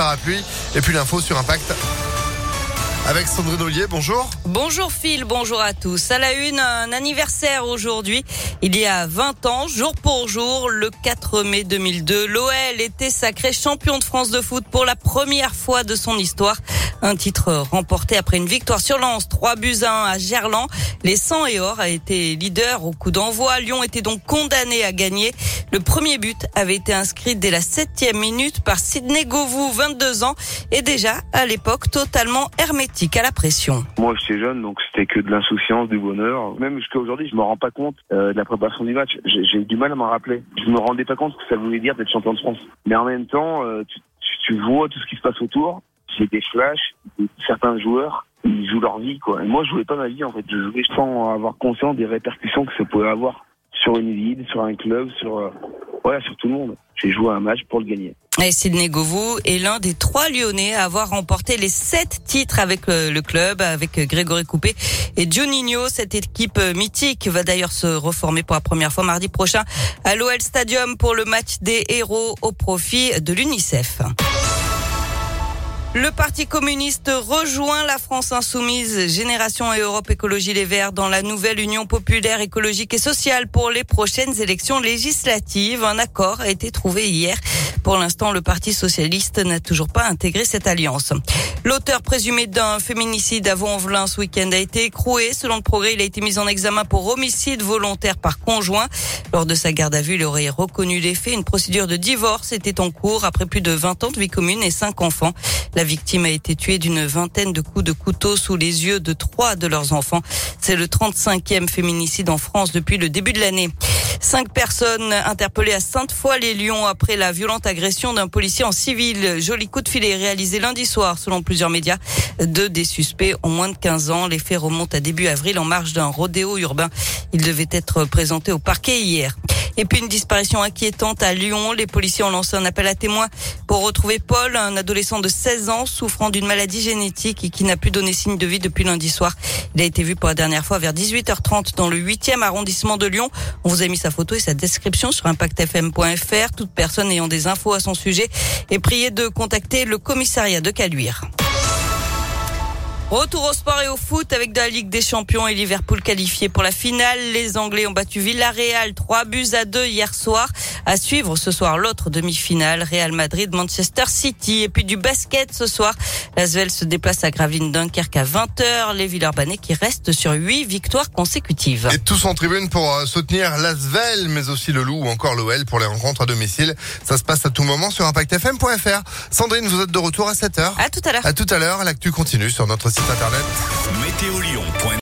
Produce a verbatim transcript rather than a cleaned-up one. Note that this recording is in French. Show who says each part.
Speaker 1: parapluie. Et puis l'info sur Impact avec Sandrine Ollier, bonjour.
Speaker 2: Bonjour Phil, bonjour à tous. À la une, un anniversaire aujourd'hui. Il y a vingt ans, jour pour jour, le quatre mai deux mille deux, l'O L était sacré champion de France de foot pour la première fois de son histoire. Un titre remporté après une victoire sur Lens, trois buts à un à Gerland. Les cent et or a été leader au coup d'envoi. Lyon était donc condamné à gagner. Le premier but avait été inscrit dès la septième minute par Sidney Govou, vingt-deux ans, et déjà à l'époque totalement hermétique à la pression.
Speaker 3: Moi j'étais jeune, donc c'était que de l'insouciance, du bonheur. Même jusqu'à aujourd'hui, je me rends pas compte euh, de la préparation du match. J'ai, j'ai eu du mal à m'en rappeler. Je me rendais pas compte ce que ça voulait dire d'être champion de France. Mais en même temps, euh, tu, tu vois tout ce qui se passe autour. J'ai des flashs, certains joueurs, ils jouent leur vie, quoi. Et moi, je jouais pas ma vie, en fait. Je jouais sans avoir conscience des répercussions que ça pouvait avoir sur une ville, sur un club, sur, euh, voilà, sur tout le monde. J'ai joué un match pour le gagner.
Speaker 2: Et Sidney Govou est l'un des trois Lyonnais à avoir remporté les sept titres avec le club, avec Grégory Coupé et Juninho. Cette équipe mythique va d'ailleurs se reformer pour la première fois mardi prochain à l'O L Stadium pour le match des héros au profit de l'UNICEF. Le Parti communiste rejoint la France insoumise, Génération et Europe Écologie Les Verts dans la nouvelle Union populaire écologique et sociale pour les prochaines élections législatives. Un accord a été trouvé hier. Pour l'instant, le Parti socialiste n'a toujours pas intégré cette alliance. L'auteur présumé d'un féminicide à Vaux-en-Velin ce week-end a été écroué. Selon le Progrès, il a été mis en examen pour homicide volontaire par conjoint. Lors de sa garde à vue, il aurait reconnu les faits. Une procédure de divorce était en cours après plus de vingt ans de vie commune et cinq enfants. La victime a été tuée d'une vingtaine de coups de couteau sous les yeux de trois de leurs enfants. C'est le trente-cinquième féminicide en France depuis le début de l'année. Cinq personnes interpellées à Sainte-Foy-les-Lyons après la violente agression d'un policier en civil. Joli coup de filet réalisé lundi soir selon plusieurs médias. Deux des suspects ont moins de quinze ans. Les faits remontent à début avril en marge d'un rodéo urbain. Ils devaient être présentés au parquet hier. Et puis une disparition inquiétante à Lyon. Les policiers ont lancé un appel à témoins pour retrouver Paul, un adolescent de seize ans souffrant d'une maladie génétique et qui n'a plus donné signe de vie depuis lundi soir. Il a été vu pour la dernière fois vers dix-huit heures trente dans le huitième arrondissement de Lyon. On vous a mis sa photo et sa description sur impact f m point f r. Toute personne ayant des infos à son sujet est priée de contacter le commissariat de Caluire. Retour au sport et au foot avec de la Ligue des Champions et Liverpool qualifié pour la finale. Les Anglais ont battu Villarreal trois buts à deux hier soir. À suivre ce soir l'autre demi-finale, Real Madrid, Manchester City. Et puis du basket ce soir, l'Asvel se déplace à Gravelines Dunkerque à vingt heures. Les Villeurbanais qui restent sur huit victoires consécutives.
Speaker 1: Et tous en tribune pour soutenir l'Asvel, mais aussi le Loup ou encore l'O L pour les rencontres à domicile. Ça se passe à tout moment sur impact f m point f r. Sandrine, vous êtes de retour à sept heures.
Speaker 2: À tout à l'heure.
Speaker 1: À tout à l'heure. L'actu continue sur notre site internet.
Speaker 4: météo lyon point